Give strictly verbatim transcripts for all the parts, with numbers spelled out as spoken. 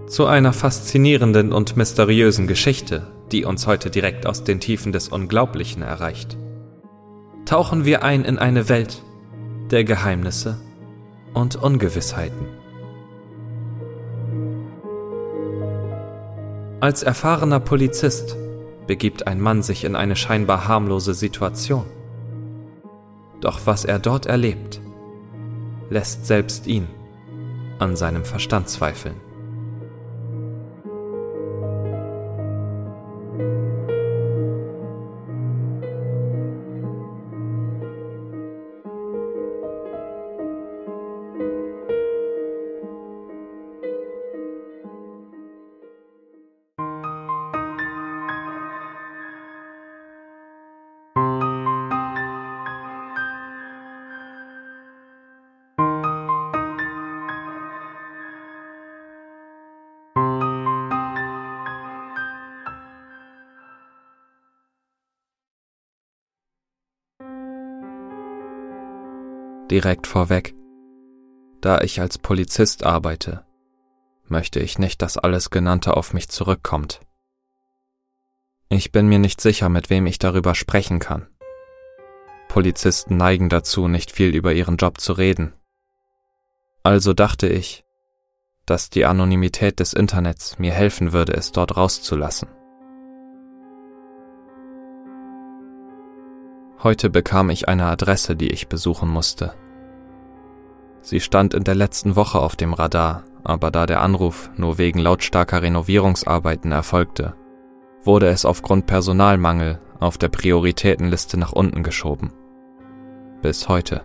Zu einer faszinierenden und mysteriösen Geschichte, die uns heute direkt aus den Tiefen des Unglaublichen erreicht. Tauchen wir ein in eine Welt der Geheimnisse und Ungewissheiten. Als erfahrener Polizist begibt ein Mann sich in eine scheinbar harmlose Situation. Doch was er dort erlebt, lässt selbst ihn an seinem Verstand zweifeln. Direkt vorweg, da ich als Polizist arbeite, möchte ich nicht, dass alles Genannte auf mich zurückkommt. Ich bin mir nicht sicher, mit wem ich darüber sprechen kann. Polizisten neigen dazu, nicht viel über ihren Job zu reden. Also dachte ich, dass die Anonymität des Internets mir helfen würde, es dort rauszulassen. Heute bekam ich eine Adresse, die ich besuchen musste. Sie stand in der letzten Woche auf dem Radar, aber da der Anruf nur wegen lautstarker Renovierungsarbeiten erfolgte, wurde es aufgrund Personalmangel auf der Prioritätenliste nach unten geschoben. Bis heute.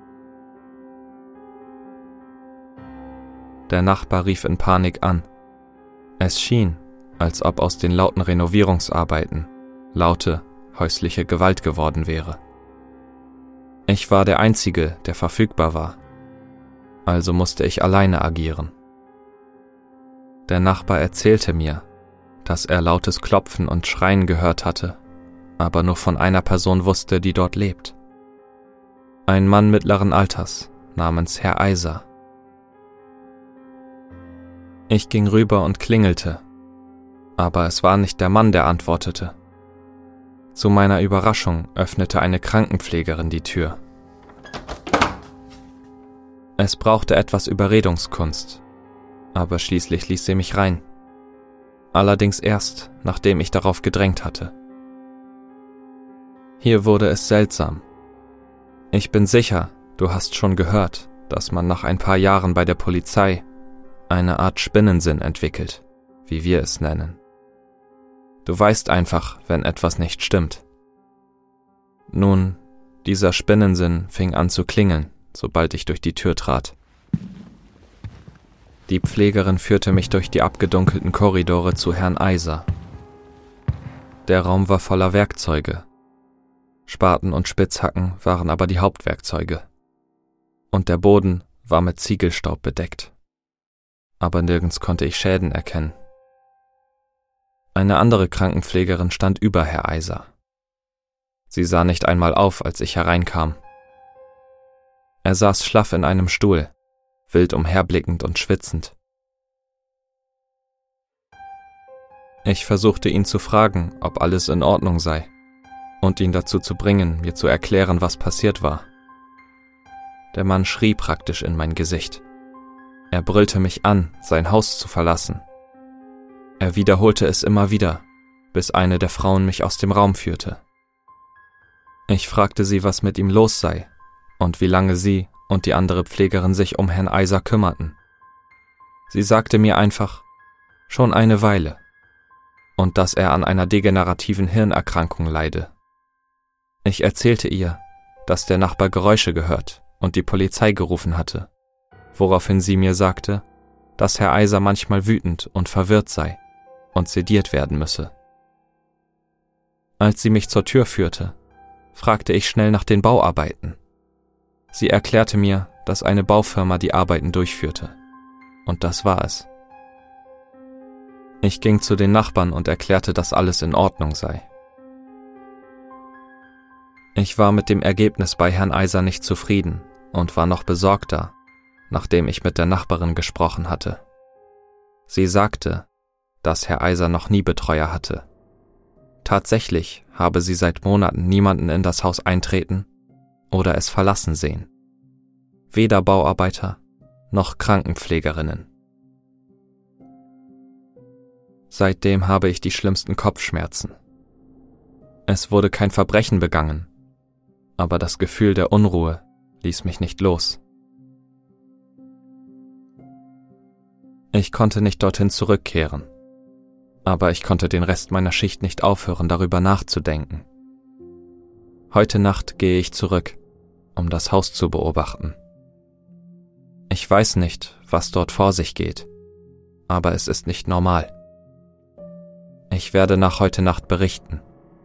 Der Nachbar rief in Panik an. Es schien, als ob aus den lauten Renovierungsarbeiten laute häusliche Gewalt geworden wäre. Ich war der Einzige, der verfügbar war. Also musste ich alleine agieren. Der Nachbar erzählte mir, dass er lautes Klopfen und Schreien gehört hatte, aber nur von einer Person wusste, die dort lebt. Ein Mann mittleren Alters namens Herr Eiser. Ich ging rüber und klingelte, aber es war nicht der Mann, der antwortete. Zu meiner Überraschung öffnete eine Krankenpflegerin die Tür. Es brauchte etwas Überredungskunst, aber schließlich ließ sie mich rein. Allerdings erst, nachdem ich darauf gedrängt hatte. Hier wurde es seltsam. Ich bin sicher, du hast schon gehört, dass man nach ein paar Jahren bei der Polizei eine Art Spinnensinn entwickelt, wie wir es nennen. Du weißt einfach, wenn etwas nicht stimmt. Nun, dieser Spinnensinn fing an zu klingeln, sobald ich durch die Tür trat. Die Pflegerin führte mich durch die abgedunkelten Korridore zu Herrn Eiser. Der Raum war voller Werkzeuge. Spaten und Spitzhacken waren aber die Hauptwerkzeuge. Und der Boden war mit Ziegelstaub bedeckt. Aber nirgends konnte ich Schäden erkennen. Eine andere Krankenpflegerin stand über Herr Eiser. Sie sah nicht einmal auf, als ich hereinkam. Er saß schlaff in einem Stuhl, wild umherblickend und schwitzend. Ich versuchte ihn zu fragen, ob alles in Ordnung sei, und ihn dazu zu bringen, mir zu erklären, was passiert war. Der Mann schrie praktisch in mein Gesicht. Er brüllte mich an, sein Haus zu verlassen. Er wiederholte es immer wieder, bis eine der Frauen mich aus dem Raum führte. Ich fragte sie, was mit ihm los sei und wie lange sie und die andere Pflegerin sich um Herrn Eiser kümmerten. Sie sagte mir einfach, schon eine Weile, und dass er an einer degenerativen Hirnerkrankung leide. Ich erzählte ihr, dass der Nachbar Geräusche gehört und die Polizei gerufen hatte, woraufhin sie mir sagte, dass Herr Eiser manchmal wütend und verwirrt sei und sediert werden müsse. Als sie mich zur Tür führte, fragte ich schnell nach den Bauarbeiten. Sie erklärte mir, dass eine Baufirma die Arbeiten durchführte. Und das war es. Ich ging zu den Nachbarn und erklärte, dass alles in Ordnung sei. Ich war mit dem Ergebnis bei Herrn Eiser nicht zufrieden und war noch besorgter, nachdem ich mit der Nachbarin gesprochen hatte. Sie sagte, dass Herr Eiser noch nie Betreuer hatte. Tatsächlich habe sie seit Monaten niemanden in das Haus eintreten oder es verlassen sehen. Weder Bauarbeiter noch Krankenpflegerinnen. Seitdem habe ich die schlimmsten Kopfschmerzen. Es wurde kein Verbrechen begangen, aber das Gefühl der Unruhe ließ mich nicht los. Ich konnte nicht dorthin zurückkehren, aber ich konnte den Rest meiner Schicht nicht aufhören, darüber nachzudenken. Heute Nacht gehe ich zurück, um das Haus zu beobachten. Ich weiß nicht, was dort vor sich geht, aber es ist nicht normal. Ich werde nach heute Nacht berichten.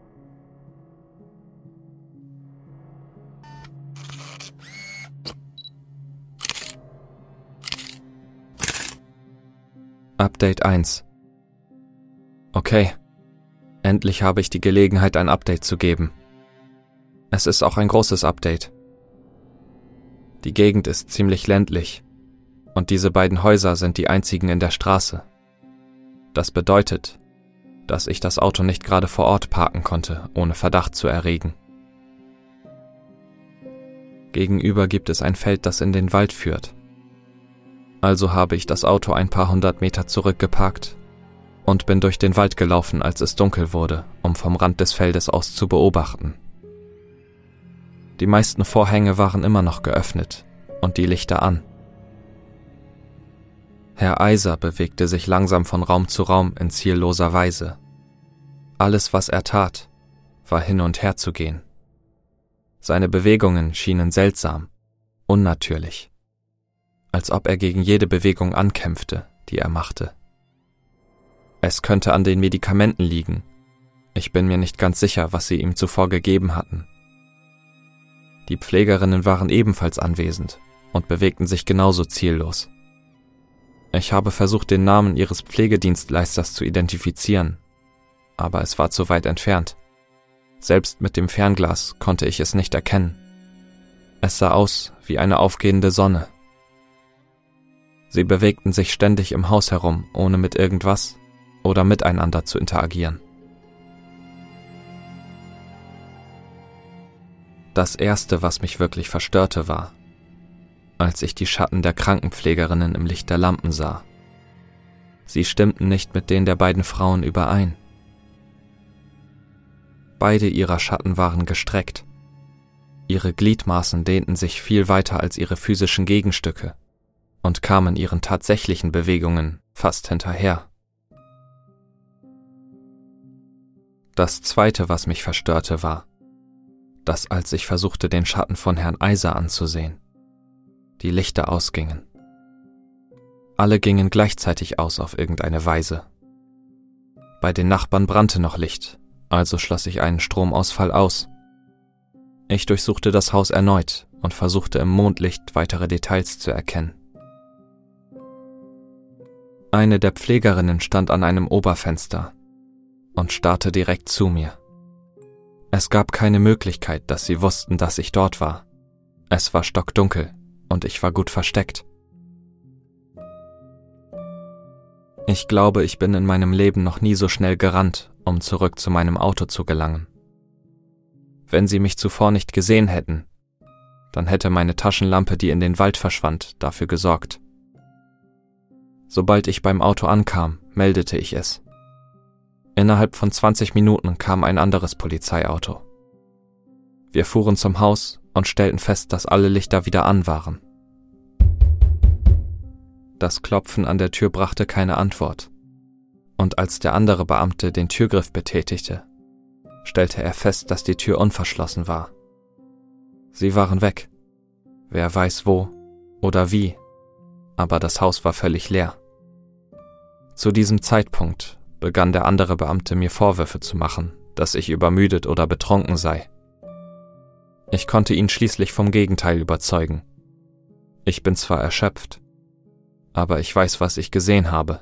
Update eins. Okay, endlich habe ich die Gelegenheit, ein Update zu geben. Es ist auch ein großes Update. Die Gegend ist ziemlich ländlich und diese beiden Häuser sind die einzigen in der Straße. Das bedeutet, dass ich das Auto nicht gerade vor Ort parken konnte, ohne Verdacht zu erregen. Gegenüber gibt es ein Feld, das in den Wald führt. Also habe ich das Auto ein paar hundert Meter zurückgeparkt und bin durch den Wald gelaufen, als es dunkel wurde, um vom Rand des Feldes aus zu beobachten. Die meisten Vorhänge waren immer noch geöffnet und die Lichter an. Herr Eiser bewegte sich langsam von Raum zu Raum in zielloser Weise. Alles, was er tat, war hin und her zu gehen. Seine Bewegungen schienen seltsam, unnatürlich, als ob er gegen jede Bewegung ankämpfte, die er machte. Es könnte an den Medikamenten liegen. Ich bin mir nicht ganz sicher, was sie ihm zuvor gegeben hatten. Die Pflegerinnen waren ebenfalls anwesend und bewegten sich genauso ziellos. Ich habe versucht, den Namen ihres Pflegedienstleisters zu identifizieren, aber es war zu weit entfernt. Selbst mit dem Fernglas konnte ich es nicht erkennen. Es sah aus wie eine aufgehende Sonne. Sie bewegten sich ständig im Haus herum, ohne mit irgendwas oder miteinander zu interagieren. Das Erste, was mich wirklich verstörte, war, als ich die Schatten der Krankenpflegerinnen im Licht der Lampen sah. Sie stimmten nicht mit denen der beiden Frauen überein. Beide ihrer Schatten waren gestreckt. Ihre Gliedmaßen dehnten sich viel weiter als ihre physischen Gegenstücke und kamen ihren tatsächlichen Bewegungen fast hinterher. Das Zweite, was mich verstörte, war, dass als ich versuchte, den Schatten von Herrn Eiser anzusehen, die Lichter ausgingen. Alle gingen gleichzeitig aus auf irgendeine Weise. Bei den Nachbarn brannte noch Licht, also schloss ich einen Stromausfall aus. Ich durchsuchte das Haus erneut und versuchte im Mondlicht weitere Details zu erkennen. Eine der Pflegerinnen stand an einem Oberfenster und starrte direkt zu mir. Es gab keine Möglichkeit, dass sie wussten, dass ich dort war. Es war stockdunkel und ich war gut versteckt. Ich glaube, ich bin in meinem Leben noch nie so schnell gerannt, um zurück zu meinem Auto zu gelangen. Wenn sie mich zuvor nicht gesehen hätten, dann hätte meine Taschenlampe, die in den Wald verschwand, dafür gesorgt. Sobald ich beim Auto ankam, meldete ich es. Innerhalb von zwanzig Minuten kam ein anderes Polizeiauto. Wir fuhren zum Haus und stellten fest, dass alle Lichter wieder an waren. Das Klopfen an der Tür brachte keine Antwort. Und als der andere Beamte den Türgriff betätigte, stellte er fest, dass die Tür unverschlossen war. Sie waren weg. Wer weiß wo oder wie, aber das Haus war völlig leer. Zu diesem Zeitpunkt begann der andere Beamte mir Vorwürfe zu machen, dass ich übermüdet oder betrunken sei. Ich konnte ihn schließlich vom Gegenteil überzeugen. Ich bin zwar erschöpft, aber ich weiß, was ich gesehen habe.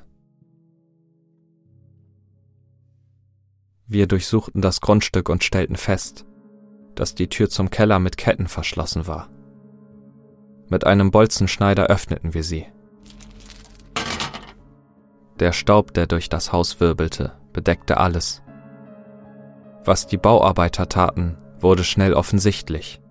Wir durchsuchten das Grundstück und stellten fest, dass die Tür zum Keller mit Ketten verschlossen war. Mit einem Bolzenschneider öffneten wir sie. Der Staub, der durch das Haus wirbelte, bedeckte alles. Was die Bauarbeiter taten, wurde schnell offensichtlich.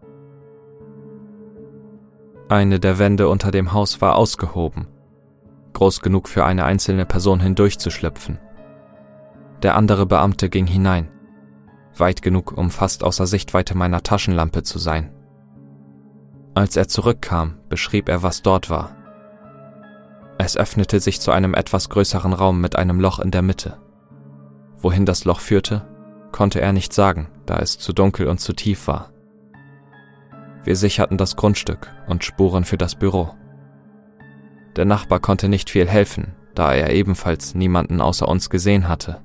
Eine der Wände unter dem Haus war ausgehoben, groß genug für eine einzelne Person hindurchzuschlüpfen. Der andere Beamte ging hinein, weit genug, um fast außer Sichtweite meiner Taschenlampe zu sein. Als er zurückkam, beschrieb er, was dort war. Es öffnete sich zu einem etwas größeren Raum mit einem Loch in der Mitte. Wohin das Loch führte, konnte er nicht sagen, da es zu dunkel und zu tief war. Wir sicherten das Grundstück und Spuren für das Büro. Der Nachbar konnte nicht viel helfen, da er ebenfalls niemanden außer uns gesehen hatte.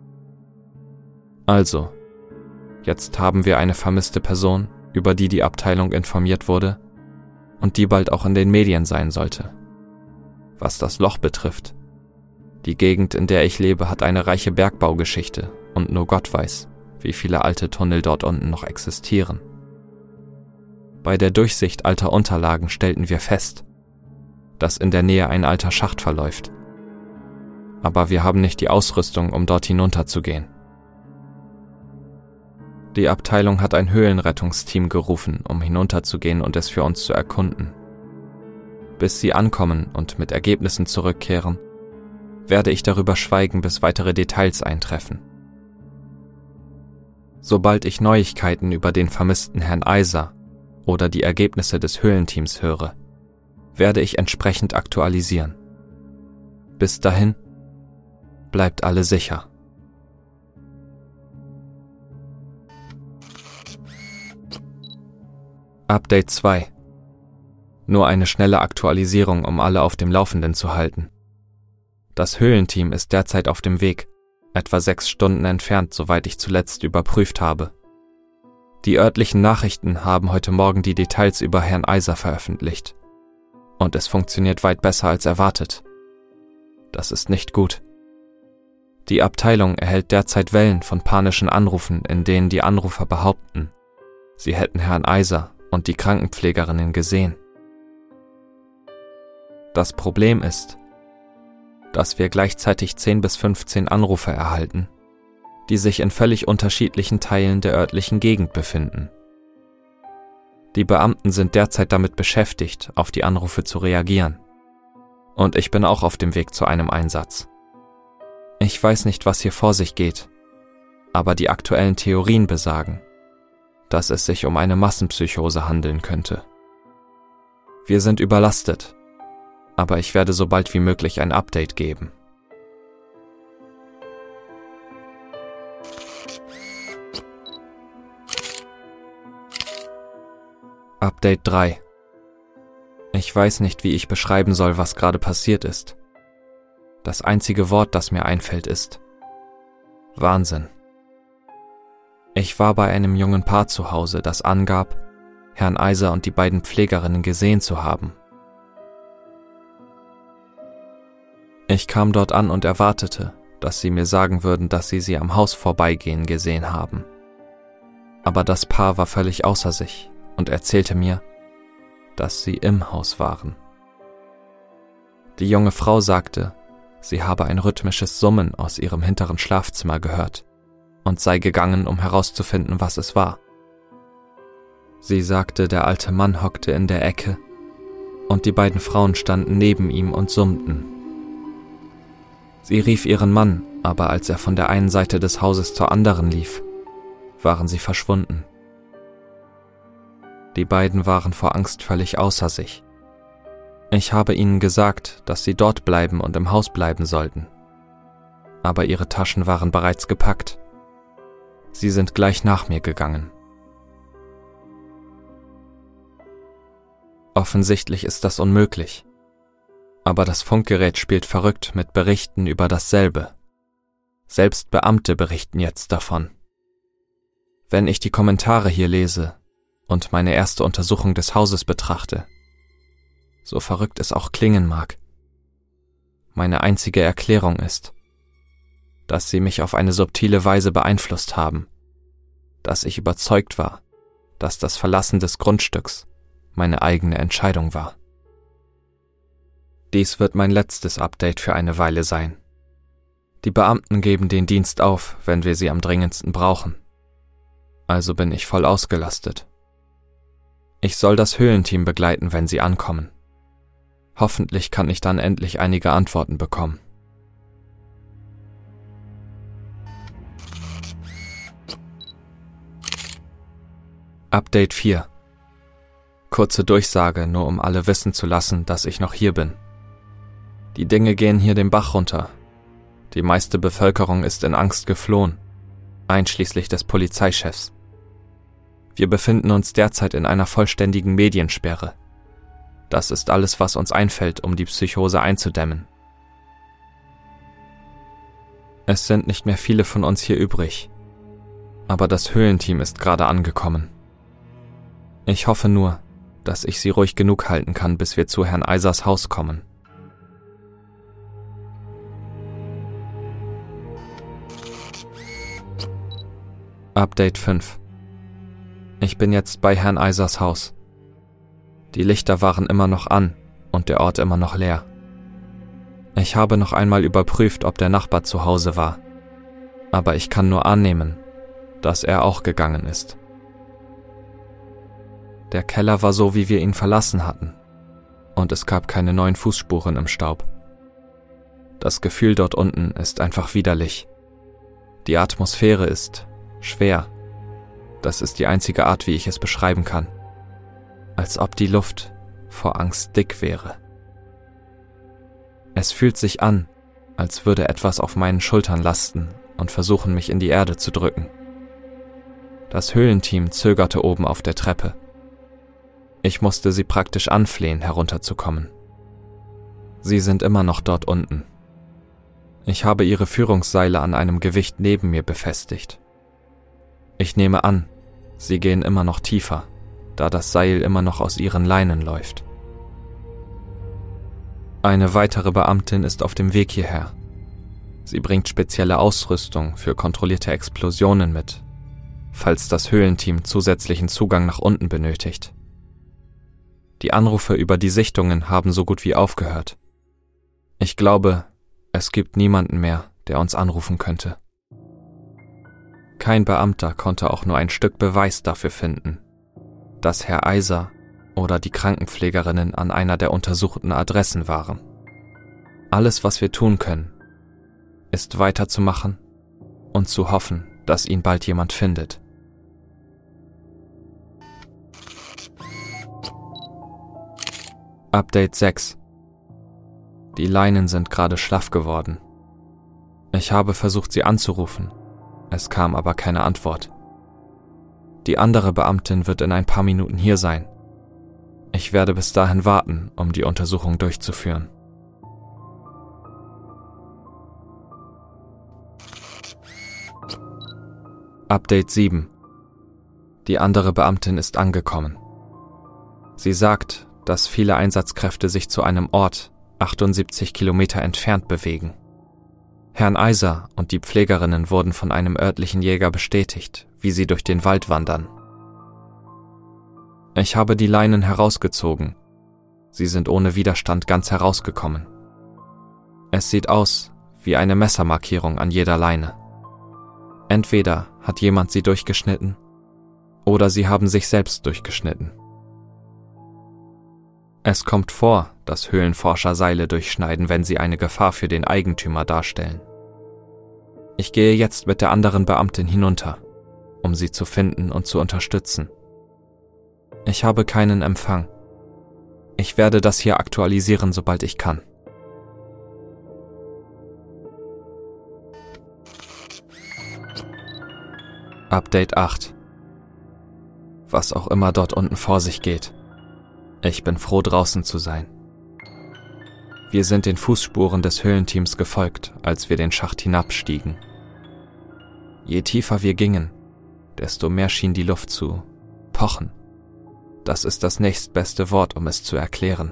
Also, jetzt haben wir eine vermisste Person, über die die Abteilung informiert wurde und die bald auch in den Medien sein sollte. Was das Loch betrifft, die Gegend, in der ich lebe, hat eine reiche Bergbaugeschichte und nur Gott weiß, wie viele alte Tunnel dort unten noch existieren. Bei der Durchsicht alter Unterlagen stellten wir fest, dass in der Nähe ein alter Schacht verläuft. Aber wir haben nicht die Ausrüstung, um dort hinunterzugehen. Die Abteilung hat ein Höhlenrettungsteam gerufen, um hinunterzugehen und es für uns zu erkunden. Bis sie ankommen und mit Ergebnissen zurückkehren, werde ich darüber schweigen, bis weitere Details eintreffen. Sobald ich Neuigkeiten über den vermissten Herrn Eiser oder die Ergebnisse des Höhlenteams höre, werde ich entsprechend aktualisieren. Bis dahin, bleibt alle sicher. Update zwei. Nur eine schnelle Aktualisierung, um alle auf dem Laufenden zu halten. Das Höhlenteam ist derzeit auf dem Weg, etwa sechs Stunden entfernt, soweit ich zuletzt überprüft habe. Die örtlichen Nachrichten haben heute Morgen die Details über Herrn Eiser veröffentlicht. Und es funktioniert weit besser als erwartet. Das ist nicht gut. Die Abteilung erhält derzeit Wellen von panischen Anrufen, in denen die Anrufer behaupten, sie hätten Herrn Eiser und die Krankenpflegerinnen gesehen. Das Problem ist, dass wir gleichzeitig zehn bis fünfzehn Anrufe erhalten, die sich in völlig unterschiedlichen Teilen der örtlichen Gegend befinden. Die Beamten sind derzeit damit beschäftigt, auf die Anrufe zu reagieren. Und ich bin auch auf dem Weg zu einem Einsatz. Ich weiß nicht, was hier vor sich geht, aber die aktuellen Theorien besagen, dass es sich um eine Massenpsychose handeln könnte. Wir sind überlastet, aber ich werde so bald wie möglich ein Update geben. Update drei. Ich weiß nicht, wie ich beschreiben soll, was gerade passiert ist. Das einzige Wort, das mir einfällt, ist Wahnsinn. Ich war bei einem jungen Paar zu Hause, das angab, Herrn Eiser und die beiden Pflegerinnen gesehen zu haben. Ich kam dort an und erwartete, dass sie mir sagen würden, dass sie sie am Haus vorbeigehen gesehen haben. Aber das Paar war völlig außer sich und erzählte mir, dass sie im Haus waren. Die junge Frau sagte, sie habe ein rhythmisches Summen aus ihrem hinteren Schlafzimmer gehört und sei gegangen, um herauszufinden, was es war. Sie sagte, der alte Mann hockte in der Ecke und die beiden Frauen standen neben ihm und summten. Sie rief ihren Mann, aber als er von der einen Seite des Hauses zur anderen lief, waren sie verschwunden. Die beiden waren vor Angst völlig außer sich. Ich habe ihnen gesagt, dass sie dort bleiben und im Haus bleiben sollten. Aber ihre Taschen waren bereits gepackt. Sie sind gleich nach mir gegangen. Offensichtlich ist das unmöglich. Aber das Funkgerät spielt verrückt mit Berichten über dasselbe. Selbst Beamte berichten jetzt davon. Wenn ich die Kommentare hier lese und meine erste Untersuchung des Hauses betrachte, so verrückt es auch klingen mag, meine einzige Erklärung ist, dass sie mich auf eine subtile Weise beeinflusst haben, dass ich überzeugt war, dass das Verlassen des Grundstücks meine eigene Entscheidung war. Dies wird mein letztes Update für eine Weile sein. Die Beamten geben den Dienst auf, wenn wir sie am dringendsten brauchen. Also bin ich voll ausgelastet. Ich soll das Höhlenteam begleiten, wenn sie ankommen. Hoffentlich kann ich dann endlich einige Antworten bekommen. Update vier. Kurze Durchsage, nur um alle wissen zu lassen, dass ich noch hier bin. Die Dinge gehen hier den Bach runter. Die meiste Bevölkerung ist in Angst geflohen, einschließlich des Polizeichefs. Wir befinden uns derzeit in einer vollständigen Mediensperre. Das ist alles, was uns einfällt, um die Psychose einzudämmen. Es sind nicht mehr viele von uns hier übrig, aber das Höhlenteam ist gerade angekommen. Ich hoffe nur, dass ich sie ruhig genug halten kann, bis wir zu Herrn Eisers Haus kommen. Update fünf. Ich bin jetzt bei Herrn Eisers Haus. Die Lichter waren immer noch an und der Ort immer noch leer. Ich habe noch einmal überprüft, ob der Nachbar zu Hause war, aber ich kann nur annehmen, dass er auch gegangen ist. Der Keller war so, wie wir ihn verlassen hatten, und es gab keine neuen Fußspuren im Staub. Das Gefühl dort unten ist einfach widerlich. Die Atmosphäre ist schwer. Das ist die einzige Art, wie ich es beschreiben kann. Als ob die Luft vor Angst dick wäre. Es fühlt sich an, als würde etwas auf meinen Schultern lasten und versuchen, mich in die Erde zu drücken. Das Höhlenteam zögerte oben auf der Treppe. Ich musste sie praktisch anflehen, herunterzukommen. Sie sind immer noch dort unten. Ich habe ihre Führungsseile an einem Gewicht neben mir befestigt. Ich nehme an, sie gehen immer noch tiefer, da das Seil immer noch aus ihren Leinen läuft. Eine weitere Beamtin ist auf dem Weg hierher. Sie bringt spezielle Ausrüstung für kontrollierte Explosionen mit, falls das Höhlenteam zusätzlichen Zugang nach unten benötigt. Die Anrufe über die Sichtungen haben so gut wie aufgehört. Ich glaube, es gibt niemanden mehr, der uns anrufen könnte. Kein Beamter konnte auch nur ein Stück Beweis dafür finden, dass Herr Eiser oder die Krankenpflegerinnen an einer der untersuchten Adressen waren. Alles, was wir tun können, ist weiterzumachen und zu hoffen, dass ihn bald jemand findet. Update sechs. Die Leinen sind gerade schlaff geworden. Ich habe versucht, sie anzurufen. Es kam aber keine Antwort. Die andere Beamtin wird in ein paar Minuten hier sein. Ich werde bis dahin warten, um die Untersuchung durchzuführen. Update sieben. Die andere Beamtin ist angekommen. Sie sagt, dass viele Einsatzkräfte sich zu einem Ort achtundsiebzig Kilometer entfernt bewegen. Herrn Eiser und die Pflegerinnen wurden von einem örtlichen Jäger bestätigt, wie sie durch den Wald wandern. Ich habe die Leinen herausgezogen. Sie sind ohne Widerstand ganz herausgekommen. Es sieht aus wie eine Messermarkierung an jeder Leine. Entweder hat jemand sie durchgeschnitten, oder sie haben sich selbst durchgeschnitten. Es kommt vor, dass Höhlenforscher Seile durchschneiden, wenn sie eine Gefahr für den Eigentümer darstellen. Ich gehe jetzt mit der anderen Beamtin hinunter, um sie zu finden und zu unterstützen. Ich habe keinen Empfang. Ich werde das hier aktualisieren, sobald ich kann. Update acht. Was auch immer dort unten vor sich geht. Ich bin froh, draußen zu sein. Wir sind den Fußspuren des Höhlenteams gefolgt, als wir den Schacht hinabstiegen. Je tiefer wir gingen, desto mehr schien die Luft zu pochen. Das ist das nächstbeste Wort, um es zu erklären.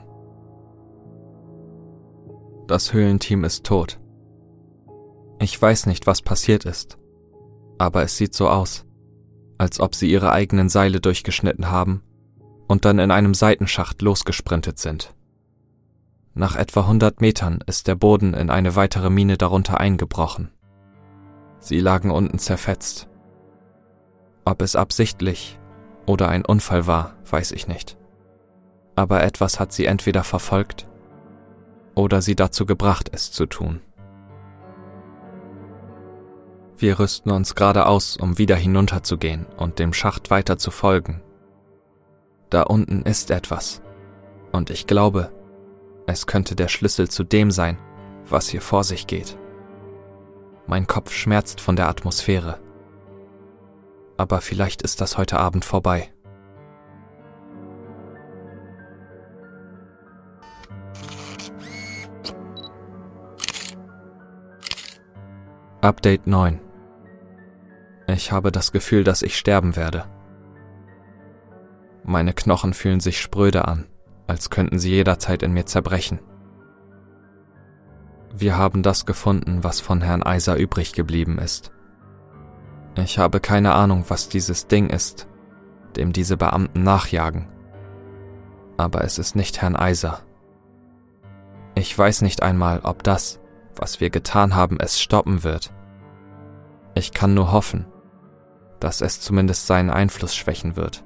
Das Höhlenteam ist tot. Ich weiß nicht, was passiert ist, aber es sieht so aus, als ob sie ihre eigenen Seile durchgeschnitten haben und dann in einem Seitenschacht losgesprintet sind. Nach etwa hundert Metern ist der Boden in eine weitere Mine darunter eingebrochen. Sie lagen unten zerfetzt. Ob es absichtlich oder ein Unfall war, weiß ich nicht. Aber etwas hat sie entweder verfolgt oder sie dazu gebracht, es zu tun. Wir rüsten uns gerade aus, um wieder hinunterzugehen und dem Schacht weiter zu folgen. Da unten ist etwas, und ich glaube, es könnte der Schlüssel zu dem sein, was hier vor sich geht. Mein Kopf schmerzt von der Atmosphäre. Aber vielleicht ist das heute Abend vorbei. Update neun. Ich habe das Gefühl, dass ich sterben werde. Meine Knochen fühlen sich spröde an, als könnten sie jederzeit in mir zerbrechen. Wir haben das gefunden, was von Herrn Eiser übrig geblieben ist. Ich habe keine Ahnung, was dieses Ding ist, dem diese Beamten nachjagen. Aber es ist nicht Herrn Eiser. Ich weiß nicht einmal, ob das, was wir getan haben, es stoppen wird. Ich kann nur hoffen, dass es zumindest seinen Einfluss schwächen wird.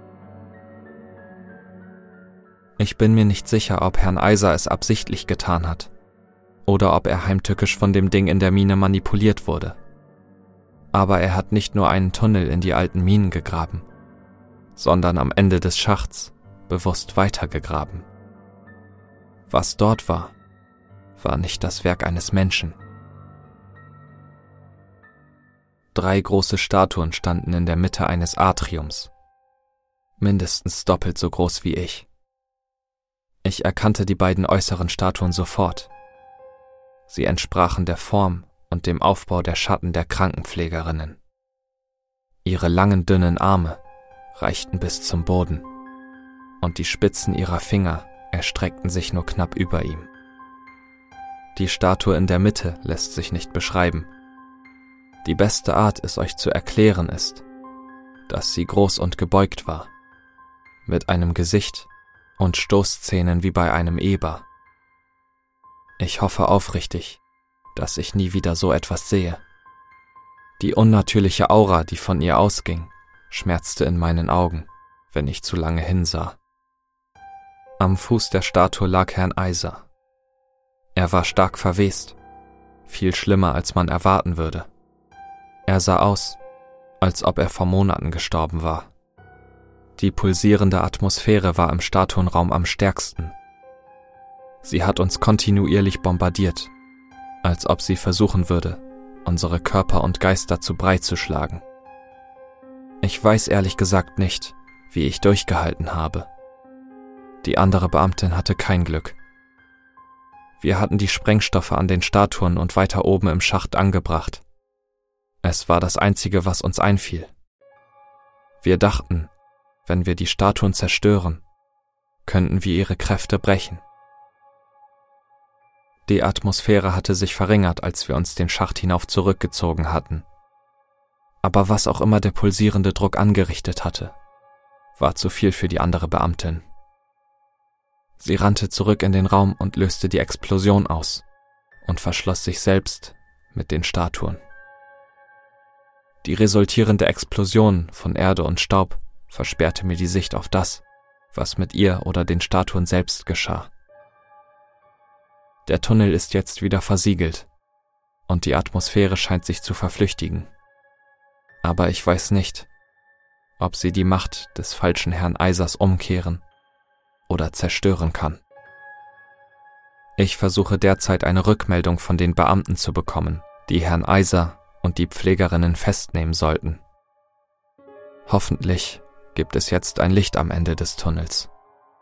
Ich bin mir nicht sicher, ob Herrn Eiser es absichtlich getan hat oder ob er heimtückisch von dem Ding in der Mine manipuliert wurde. Aber er hat nicht nur einen Tunnel in die alten Minen gegraben, sondern am Ende des Schachts bewusst weitergegraben. Was dort war, war nicht das Werk eines Menschen. Drei große Statuen standen in der Mitte eines Atriums, mindestens doppelt so groß wie ich. Ich erkannte die beiden äußeren Statuen sofort. Sie entsprachen der Form und dem Aufbau der Schatten der Krankenpflegerinnen. Ihre langen, dünnen Arme reichten bis zum Boden, und die Spitzen ihrer Finger erstreckten sich nur knapp über ihm. Die Statue in der Mitte lässt sich nicht beschreiben. Die beste Art, es euch zu erklären, ist, dass sie groß und gebeugt war, mit einem Gesicht und Stoßzähnen wie bei einem Eber. Ich hoffe aufrichtig, dass ich nie wieder so etwas sehe. Die unnatürliche Aura, die von ihr ausging, schmerzte in meinen Augen, wenn ich zu lange hinsah. Am Fuß der Statue lag Herrn Eiser. Er war stark verwest, viel schlimmer, als man erwarten würde. Er sah aus, als ob er vor Monaten gestorben war. Die pulsierende Atmosphäre war im Statuenraum am stärksten. Sie hat uns kontinuierlich bombardiert, als ob sie versuchen würde, unsere Körper und Geister zu Brei zu schlagen. Ich weiß ehrlich gesagt nicht, wie ich durchgehalten habe. Die andere Beamtin hatte kein Glück. Wir hatten die Sprengstoffe an den Statuen und weiter oben im Schacht angebracht. Es war das Einzige, was uns einfiel. Wir dachten, wenn wir die Statuen zerstören, könnten wir ihre Kräfte brechen. Die Atmosphäre hatte sich verringert, als wir uns den Schacht hinauf zurückgezogen hatten. Aber was auch immer der pulsierende Druck angerichtet hatte, war zu viel für die andere Beamtin. Sie rannte zurück in den Raum und löste die Explosion aus und verschloss sich selbst mit den Statuen. Die resultierende Explosion von Erde und Staub versperrte mir die Sicht auf das, was mit ihr oder den Statuen selbst geschah. Der Tunnel ist jetzt wieder versiegelt und die Atmosphäre scheint sich zu verflüchtigen. Aber ich weiß nicht, ob sie die Macht des falschen Herrn Eisers umkehren oder zerstören kann. Ich versuche derzeit eine Rückmeldung von den Beamten zu bekommen, die Herrn Eiser und die Pflegerinnen festnehmen sollten. Hoffentlich gibt es jetzt ein Licht am Ende des Tunnels.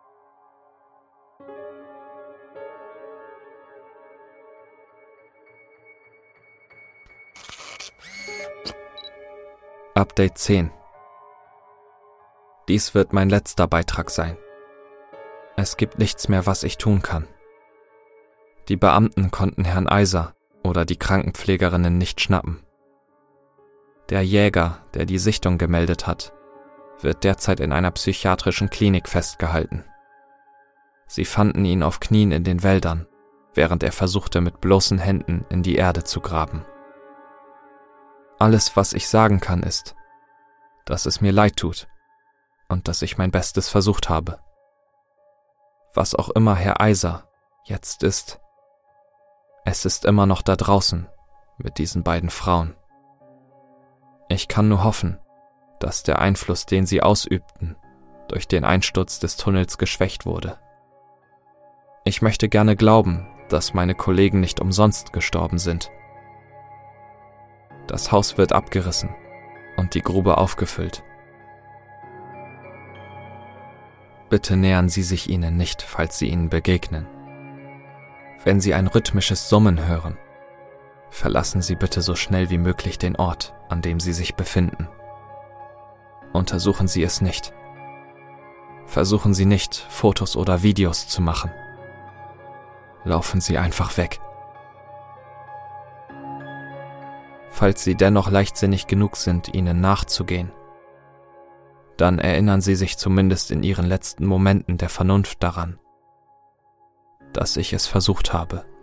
Update zehn. Dies wird mein letzter Beitrag sein. Es gibt nichts mehr, was ich tun kann. Die Beamten konnten Herrn Eiser oder die Krankenpflegerinnen nicht schnappen. Der Jäger, der die Sichtung gemeldet hat, wird derzeit in einer psychiatrischen Klinik festgehalten. Sie fanden ihn auf Knien in den Wäldern, während er versuchte, mit bloßen Händen in die Erde zu graben. Alles, was ich sagen kann, ist, dass es mir leid tut und dass ich mein Bestes versucht habe. Was auch immer Herr Eiser jetzt ist, es ist immer noch da draußen mit diesen beiden Frauen. Ich kann nur hoffen, dass der Einfluss, den sie ausübten, durch den Einsturz des Tunnels geschwächt wurde. Ich möchte gerne glauben, dass meine Kollegen nicht umsonst gestorben sind. Das Haus wird abgerissen und die Grube aufgefüllt. Bitte nähern Sie sich ihnen nicht, falls Sie ihnen begegnen. Wenn Sie ein rhythmisches Summen hören, verlassen Sie bitte so schnell wie möglich den Ort, an dem Sie sich befinden. Untersuchen Sie es nicht. Versuchen Sie nicht, Fotos oder Videos zu machen. Laufen Sie einfach weg. Falls Sie dennoch leichtsinnig genug sind, ihnen nachzugehen, dann erinnern Sie sich zumindest in Ihren letzten Momenten der Vernunft daran, dass ich es versucht habe.